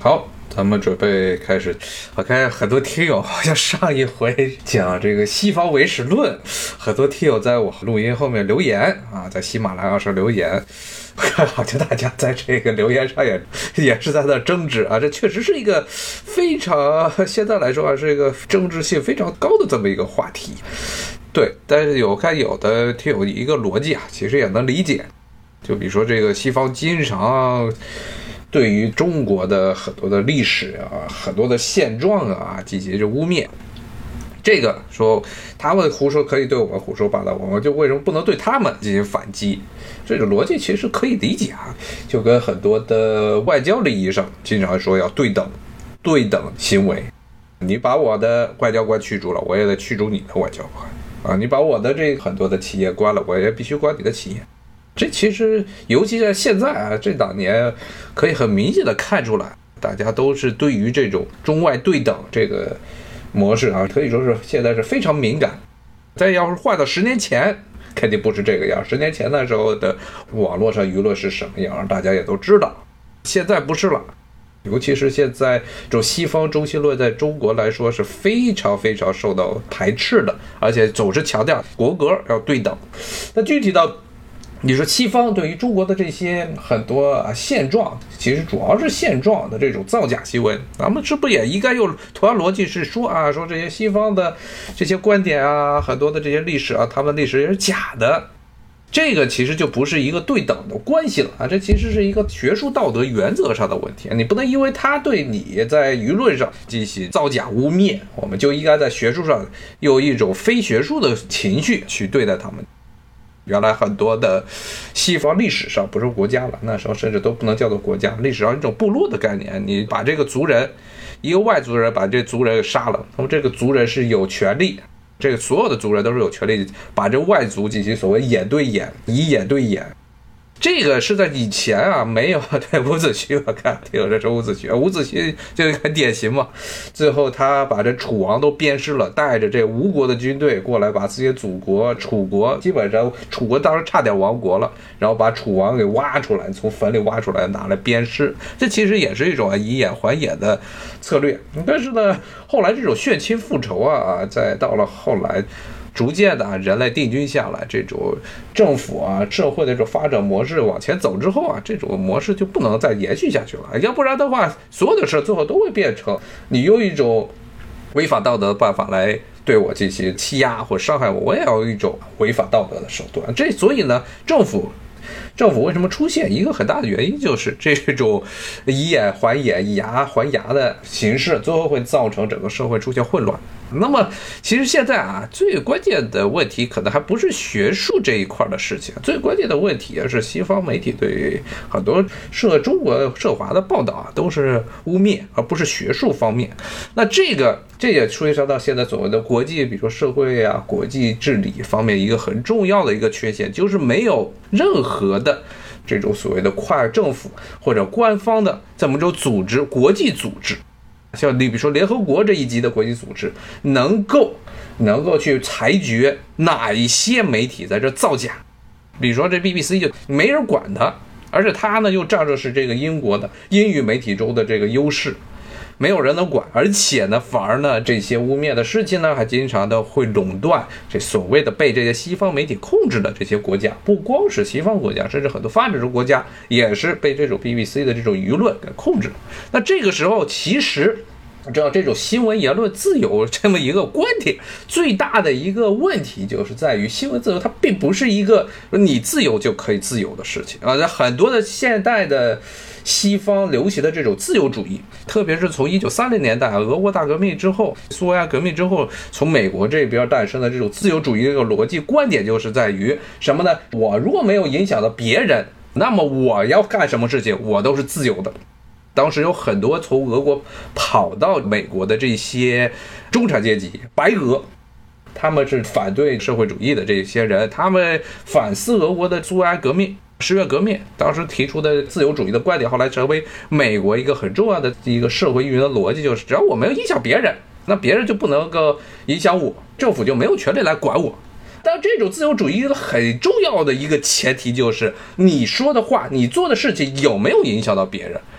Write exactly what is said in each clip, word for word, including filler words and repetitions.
好，咱们准备开始。我看很多听友好像上一回讲这个西方唯史论，很多听友在我录音后面留言啊，在喜马拉雅上留言，我看好像大家在这个留言上也也是在那争执啊，这确实是一个非常现在来说啊是一个争执性非常高的这么一个话题。对，但是有看有的听友一个逻辑啊，其实也能理解。就比如说这个西方经常对于中国的很多的历史啊，很多的现状啊进行着污蔑，这个说他们胡说可以对我们胡说八道，我们就为什么不能对他们进行反击？这个逻辑其实可以理解啊，就跟很多的外交利益上经常说要对等对等行为，你把我的外交官驱逐了，我也得驱逐你的外交官啊，你把我的这很多的企业关了，我也必须关你的企业。这其实尤其在现在啊，这两年可以很明显的看出来，大家都是对于这种中外对等这个模式啊，可以说是现在是非常敏感。但要是换到十年前，肯定不是这个样。十年前的时候的网络上舆论是什么样，大家也都知道。现在不是了，尤其是现在这种西方中心论在中国来说是非常非常受到排斥的，而且总是强调国格要对等。那具体到你说西方对于中国的这些很多啊现状，其实主要是现状的这种造假新闻，咱们是不是也应该用同样逻辑是说啊，说这些西方的这些观点啊，很多的这些历史啊，他们历史也是假的，这个其实就不是一个对等的关系了啊，这其实是一个学术道德原则上的问题，你不能因为他对你在舆论上进行造假污蔑，我们就应该在学术上用一种非学术的情绪去对待他们。原来很多的西方历史上不是国家了，那时候甚至都不能叫做国家，历史上一种部落的概念，你把这个族人，一个外族人把这族人杀了，那么这个族人是有权利，这个所有的族人都是有权利把这外族进行所谓眼对眼，以眼对眼。这个是在以前啊没有，对伍子胥，我看听有这是伍子胥，伍子胥就很典型嘛。最后他把这楚王都鞭尸了，带着这吴国的军队过来，把自己的祖国楚国，基本上楚国当时差点亡国了，然后把楚王给挖出来，从坟里挖出来拿来鞭尸，这其实也是一种以眼还眼的策略。但是呢，后来这种血亲复仇啊，再到了后来。逐渐的啊，人类定居下来，这种政府啊、社会的这种发展模式往前走之后啊，这种模式就不能再延续下去了。要不然的话，所有的事最后都会变成你用一种违反道德的办法来对我进行欺压或伤害我，我也要用一种违反道德的手段。这所以呢，政府。政府为什么出现一个很大的原因，就是这种以眼还眼、以牙还牙的形式，最后会造成整个社会出现混乱。那么，其实现在啊，最关键的问题可能还不是学术这一块的事情，最关键的问题是西方媒体对很多涉中国涉华的报道啊，都是污蔑，而不是学术方面。那这个这也触及到现在所谓的国际，比如说社会啊、国际治理方面一个很重要的一个缺陷，就是没有任何的这种所谓的跨政府或者官方的这么一种组织，国际组织，像你比如说联合国这一级的国际组织，能够能够去裁决哪一些媒体在这造假。比如说这 B B C 就没人管它，而且它呢又仗着是这个英国的英语媒体中的这个优势，没有人能管，而且呢，反而呢，这些污蔑的事情呢，还经常的会垄断这所谓的被这些西方媒体控制的这些国家，不光是西方国家，甚至很多发展中国家也是被这种 B B C 的这种舆论给控制。那这个时候，其实知道这种新闻言论自由这么一个观点，最大的一个问题就是在于新闻自由它并不是一个你自由就可以自由的事情啊。很多的现代的西方流行的这种自由主义，特别是从一九三零年代俄国大革命之后，苏维埃革命之后，从美国这边诞生的这种自由主义的这个逻辑观点，就是在于什么呢？我如果没有影响到别人，那么我要干什么事情，我都是自由的。当时有很多从俄国跑到美国的这些中产阶级白俄，他们是反对社会主义的这些人，他们反思俄国的苏维埃革命、十月革命，当时提出的自由主义的观点，后来成为美国一个很重要的一个社会运营的逻辑，就是只要我没有影响别人，那别人就不能够影响我，政府就没有权利来管我。但这种自由主义的很重要的一个前提就是你说的话、你做的事情有没有影响到别人，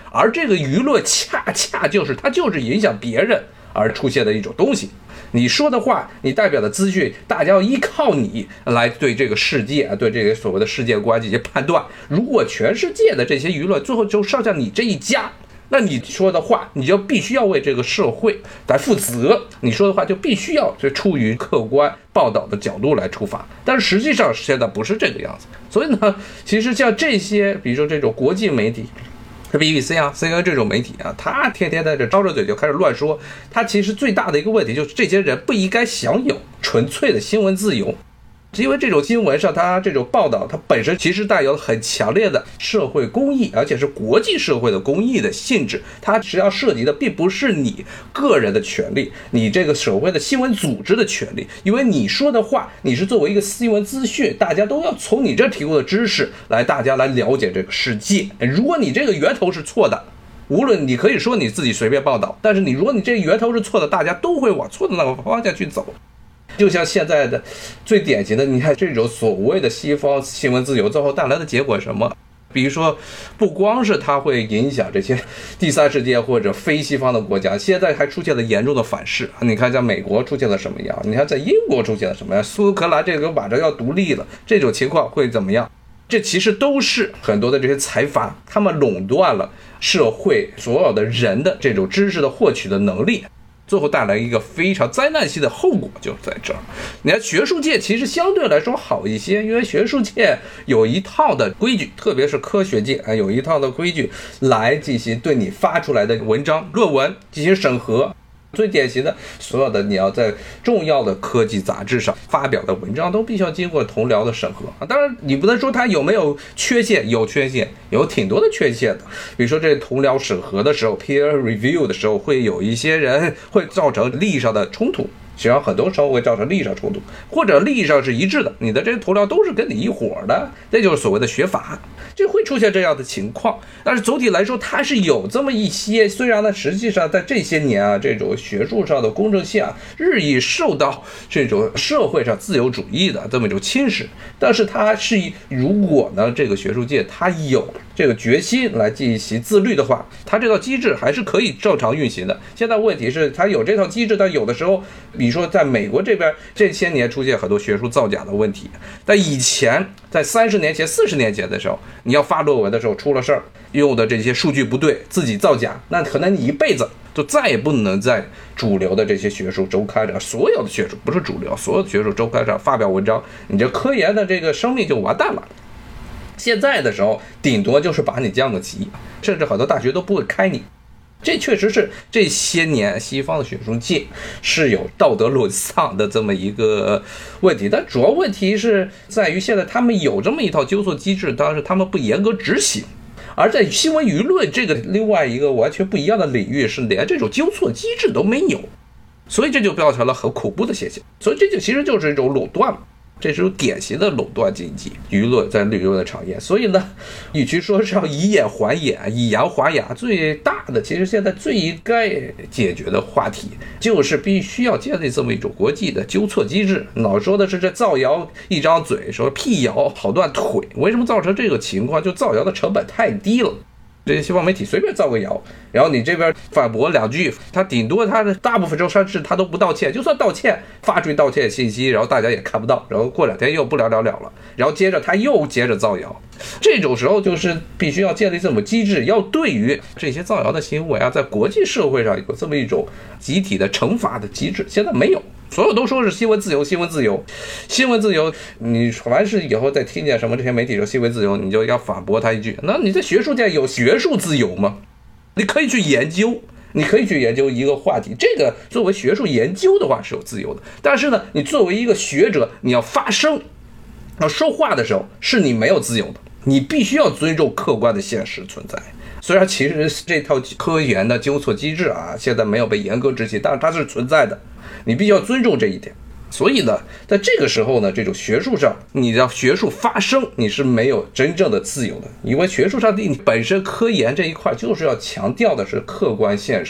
而这个舆论恰恰就是它就是影响别人而出现的一种东西。你说的话，你代表的资讯，大家要依靠你来对这个世界，对这个所谓的世界观进行判断。如果全世界的这些舆论最后就上向你这一家，那你说的话，你就必须要为这个社会来负责。你说的话就必须要是出于客观报道的角度来出发。但是实际上现在不是这个样子。所以呢，其实像这些，比如说这种国际媒体。B B C 啊 C N N 这种媒体啊，他天天在这张着嘴就开始乱说，他其实最大的一个问题就是这些人不应该享有纯粹的新闻自由。因为这种新闻上，它这种报道，它本身其实带有很强烈的社会公益，而且是国际社会的公益的性质。它实际上涉及的并不是你个人的权利，你这个所谓的新闻组织的权利。因为你说的话，你是作为一个新闻资讯，大家都要从你这提供的知识来，大家来了解这个世界。如果你这个源头是错的，无论你可以说你自己随便报道，但是你如果你这个源头是错的，大家都会往错的那个方向去走。就像现在的最典型的，你看这种所谓的西方新闻自由最后带来的结果是什么？比如说，不光是它会影响这些第三世界或者非西方的国家，现在还出现了严重的反噬。你看在美国出现了什么样？你看在英国出现了什么样？苏格兰这个马上要独立了，这种情况会怎么样？这其实都是很多的这些财阀，他们垄断了社会所有的人的这种知识的获取的能力。最后带来一个非常灾难性的后果就在这儿。你看学术界其实相对来说好一些，因为学术界有一套的规矩，特别是科学界啊，有一套的规矩来进行对你发出来的文章论文进行审核。最典型的，所有的你要在重要的科技杂志上发表的文章都必须要经过同僚的审核啊。当然你不能说它有没有缺陷，有缺陷，有挺多的缺陷的。比如说这同僚审核的时候 peer review 的时候，会有一些人会造成利益上的冲突，实际上很多时候会造成利益上冲突，或者利益上是一致的，你的这些同僚都是跟你一伙的，这就是所谓的学阀，就会出现这样的情况。但是总体来说它是有这么一些，虽然呢实际上在这些年啊，这种学术上的公正性啊日益受到这种社会上自由主义的这么一种侵蚀，但是它是如果呢这个学术界它有这个决心来进行自律的话，它这套机制还是可以正常运行的。现在问题是它有这套机制，但有的时候比如说在美国这边这些年出现很多学术造假的问题，但以前在三十年前四十年前的时候，你要发论文的时候出了事儿，用的这些数据不对，自己造假，那可能你一辈子就再也不能在主流的这些学术周刊上，所有的学术不是主流，所有的学术周刊上发表文章，你这科研的这个生命就完蛋了。现在的时候顶多就是把你降个级，甚至很多大学都不会开你。这确实是这些年西方的学术界是有道德沦丧的这么一个问题，但主要问题是在于现在他们有这么一套纠错机制，但是他们不严格执行。而在新闻舆论这个另外一个完全不一样的领域，是连这种纠错机制都没有，所以这就造成了很恐怖的现象。所以这就其实就是一种垄断嘛。这是典型的垄断经济，舆论在舆论的产业。所以呢，与其说是要以眼还眼，以牙还牙，最大的其实现在最应该解决的话题，就是必须要建立这么一种国际的纠错机制。老说的是这造谣一张嘴，说辟谣跑断腿，为什么造成这个情况？就造谣的成本太低了。这些西方媒体随便造个谣，然后你这边反驳两句，他顶多他的大部分时候甚至他都不道歉，就算道歉发出道歉信息，然后大家也看不到，然后过两天又不了了了了，然后接着他又接着造谣。这种时候就是必须要建立这种机制，要对于这些造谣的行为啊，在国际社会上有这么一种集体的惩罚的机制，现在没有。所有都说是新闻自由，新闻自由，新闻自由。你凡是以后再听见什么这些媒体说新闻自由，你就要反驳他一句：那你在学术界有学术自由吗？你可以去研究，你可以去研究一个话题，这个作为学术研究的话是有自由的。但是呢，你作为一个学者，你要发声、要说话的时候，是你没有自由的。你必须要尊重客观的现实存在。虽然其实这套科研的纠错机制啊，现在没有被严格执行，但是它是存在的，你必须要尊重这一点。所以呢，在这个时候呢，这种学术上，你要学术发声，你是没有真正的自由的，因为学术上你本身科研这一块就是要强调的是客观现实，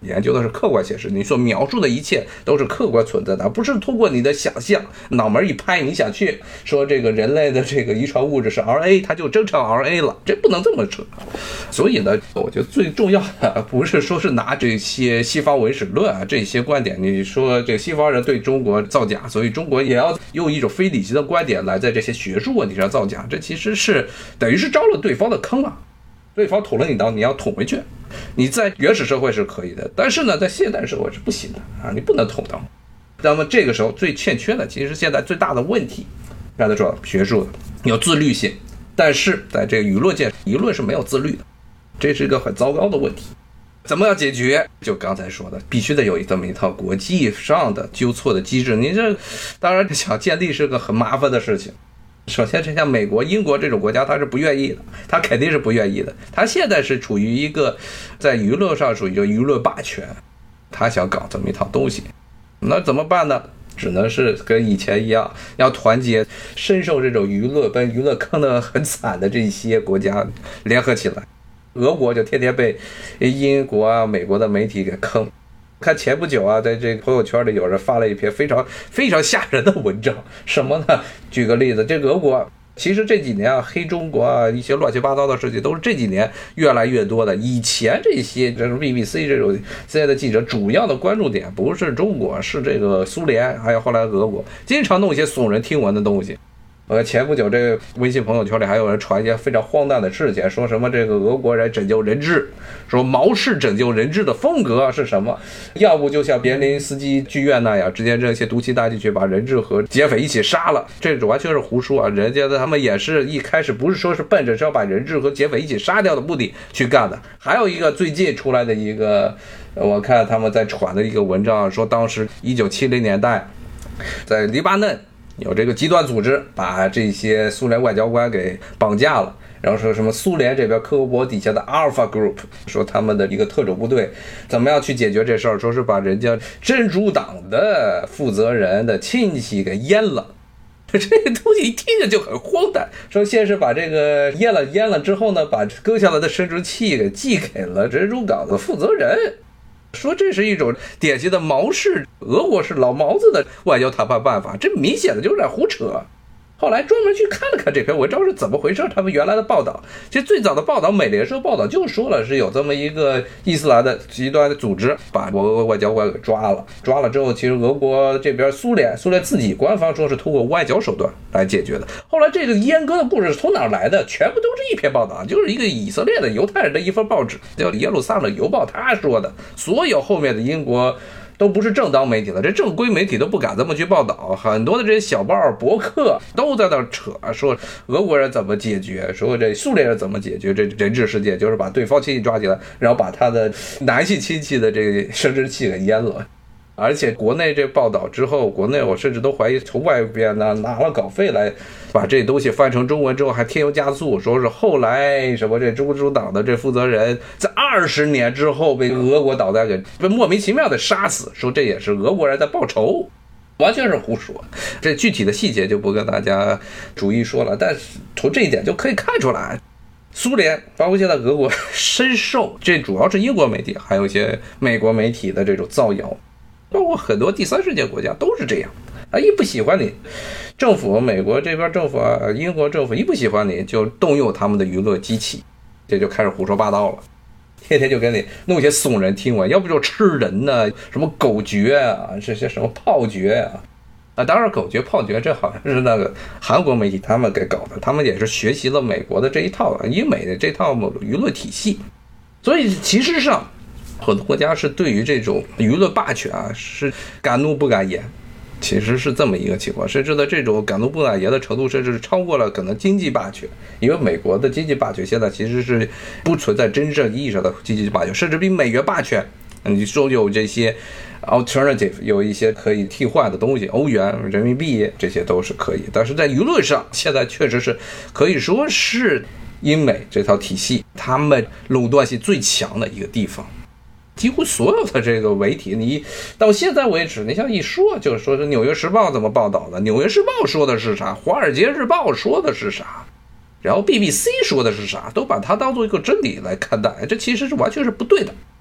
研究的是客观现实，你所描述的一切都是客观存在的，而不是通过你的想象脑门一拍，你想去说这个人类的这个遗传物质是 R A， 它就真成 R A 了，这不能这么扯。所以呢，我觉得最重要的不是说是拿这些西方唯史论啊这些观点，你说这个西方人对中国造假，所以中国也要用一种非理性的观点来在这些学术问题上造假，这其实是等于是招了对方的坑了。对方捅了你刀，你要捅回去。你在原始社会是可以的，但是呢，在现代社会是不行的啊，你不能捅刀。那么这个时候最欠缺的，其实现在最大的问题，刚才说学术有自律性，但是在这个舆论界，舆论是没有自律的，这是一个很糟糕的问题。怎么样解决？就刚才说的，必须得有这么一套国际上的纠错的机制。你这当然想建立是个很麻烦的事情。首先，像美国、英国这种国家，他是不愿意的，他肯定是不愿意的。他现在是处于一个在舆论上属于一个舆论霸权，他想搞这么一套东西，那怎么办呢？只能是跟以前一样，要团结深受这种舆论被舆论坑得很惨的这些国家联合起来。俄国就天天被英国啊、美国的媒体给坑。看前不久啊，在这个朋友圈里有人发了一篇非常非常吓人的文章，什么呢？举个例子，这个俄国其实这几年啊，黑中国啊，一些乱七八糟的事情都是这几年越来越多的。以前这些这种 B B C 这种现在的记者主要的关注点不是中国，是这个苏联，还有后来俄国，经常弄一些耸人听闻的东西。呃，前不久这个微信朋友圈里还有人传一些非常荒诞的事情，说什么这个俄国人拯救人质，说毛氏拯救人质的风格是什么？要不就像别林斯基剧院那样，直接这些毒气弹进去把人质和劫匪一起杀了，这完全是胡说啊！人家的他们也是一开始不是说是奔着是要把人质和劫匪一起杀掉的目的去干的。还有一个最近出来的一个，我看他们在传的一个文章，说当时一九七零年代在黎巴嫩。有这个极端组织把这些苏联外交官给绑架了，然后说什么苏联这边科格勃底下的 Alpha Group 说他们的一个特种部队怎么样去解决这事儿，说是把人家真主党的负责人的亲戚给阉了。这个东西一听着就很荒诞，说先是把这个阉了阉了之后呢，把割下来的生殖器给寄给了真主党的负责人，说这是一种典型的毛式俄国式老毛子的外交谈判办法，这明显的就是在胡扯。后来专门去看了看这篇文章是怎么回事，他们原来的报道，其实最早的报道美联社报道就说了是有这么一个伊斯兰的极端的组织把俄国外交官给抓了，抓了之后其实俄国这边苏联苏联自己官方说是通过外交手段来解决的。后来这个阉割的故事是从哪来的？全部都是一篇报道，就是一个以色列的犹太人的一份报纸叫耶路撒冷邮报他说的，所有后面的英国都不是正当媒体了，这正规媒体都不敢这么去报道，很多的这些小报博客都在那扯，说俄国人怎么解决，说这苏联人怎么解决这人质事件，就是把对方亲戚抓起来，然后把他的男性亲戚的这个生殖器给阉了。而且国内这报道之后，国内我甚至都怀疑从外边呢拿了稿费来把这东西翻成中文之后还添油加醋，说是后来什么这中主党的这负责人在二十年之后被俄国导弹给被莫名其妙的杀死，说这也是俄国人在报仇，完全是胡说。这具体的细节就不跟大家逐一说了，但是从这一点就可以看出来，苏联包括现在俄国深受这主要是英国媒体还有一些美国媒体的这种造谣，包括很多第三世界国家都是这样啊，一不喜欢你政府，美国这边政府啊，英国政府一不喜欢你就动用他们的舆论机器，这就开始胡说八道了，天天就给你弄一些耸人听闻，要不就吃人呢，什么狗诀啊，这些什么炮诀啊，啊，当然狗诀炮诀这好像是那个韩国媒体他们给搞的，他们也是学习了美国的这一套英美的这套舆论体系，所以其实上很多国家是对于这种舆论霸权啊是敢怒不敢言，其实是这么一个情况，甚至的这种敢怒不敢言的程度甚至超过了可能经济霸权，因为美国的经济霸权现在其实是不存在真正意义上的经济霸权，甚至比美元霸权你说有这些 alternative 有一些可以替换的东西，欧元人民币这些都是可以，但是在舆论上现在确实是可以说是英美这套体系他们垄断性最强的一个地方。几乎所有的这个媒体，你到现在为止，你像一说就是说是纽约时报怎么报道的，纽约时报说的是啥，华尔街日报说的是啥，然后 B B C 说的是啥，都把它当做一个真理来看待，这其实是完全是不对的。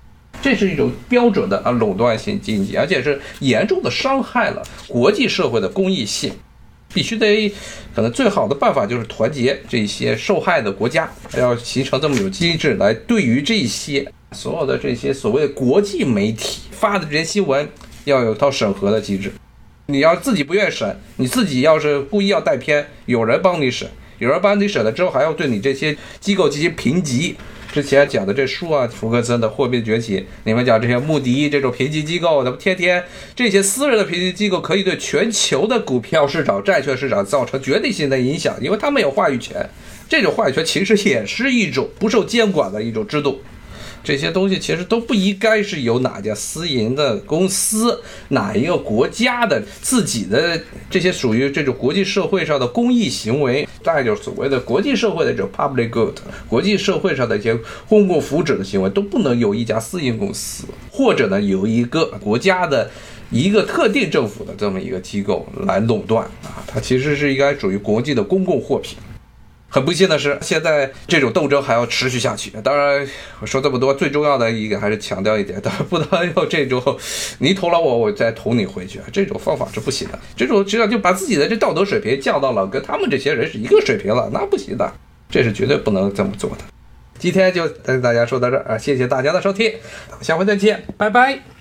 这是一种标准的啊垄断性经济，而且是严重的伤害了国际社会的公益性。必须得，可能最好的办法就是团结这些受害的国家，要形成这么有机制来对于这些所有的这些所谓国际媒体发的这些新闻，要有一套审核的机制。你要自己不愿审，你自己要是故意要带偏，有人帮你审，有人帮你审了之后，还要对你这些机构进行评级。之前讲的这书啊，福克森的《货币崛起》，你们讲这些穆迪这种评级机构，咱们天天这些私人的评级机构可以对全球的股票市场、债券市场造成决定性的影响，因为他们有话语权。这种话语权其实也是一种不受监管的一种制度。这些东西其实都不应该是由哪家私营的公司、哪一个国家的自己的这些属于这种国际社会上的公益行为，大概就是所谓的国际社会的这种 public good， 国际社会上的一些公共福祉的行为，都不能由一家私营公司或者呢由一个国家的一个特定政府的这么一个机构来垄断啊，它其实是应该属于国际的公共货品。很不幸的是，现在这种斗争还要持续下去。当然，我说这么多，最重要的一个还是强调一点，当然不能用这种你捅了我，我再捅你回去，这种方法是不行的。这种实际上就把自己的这道德水平降到了跟他们这些人是一个水平了，那不行的，这是绝对不能这么做的。今天就跟大家说到这儿啊，谢谢大家的收听，下回再见，拜拜。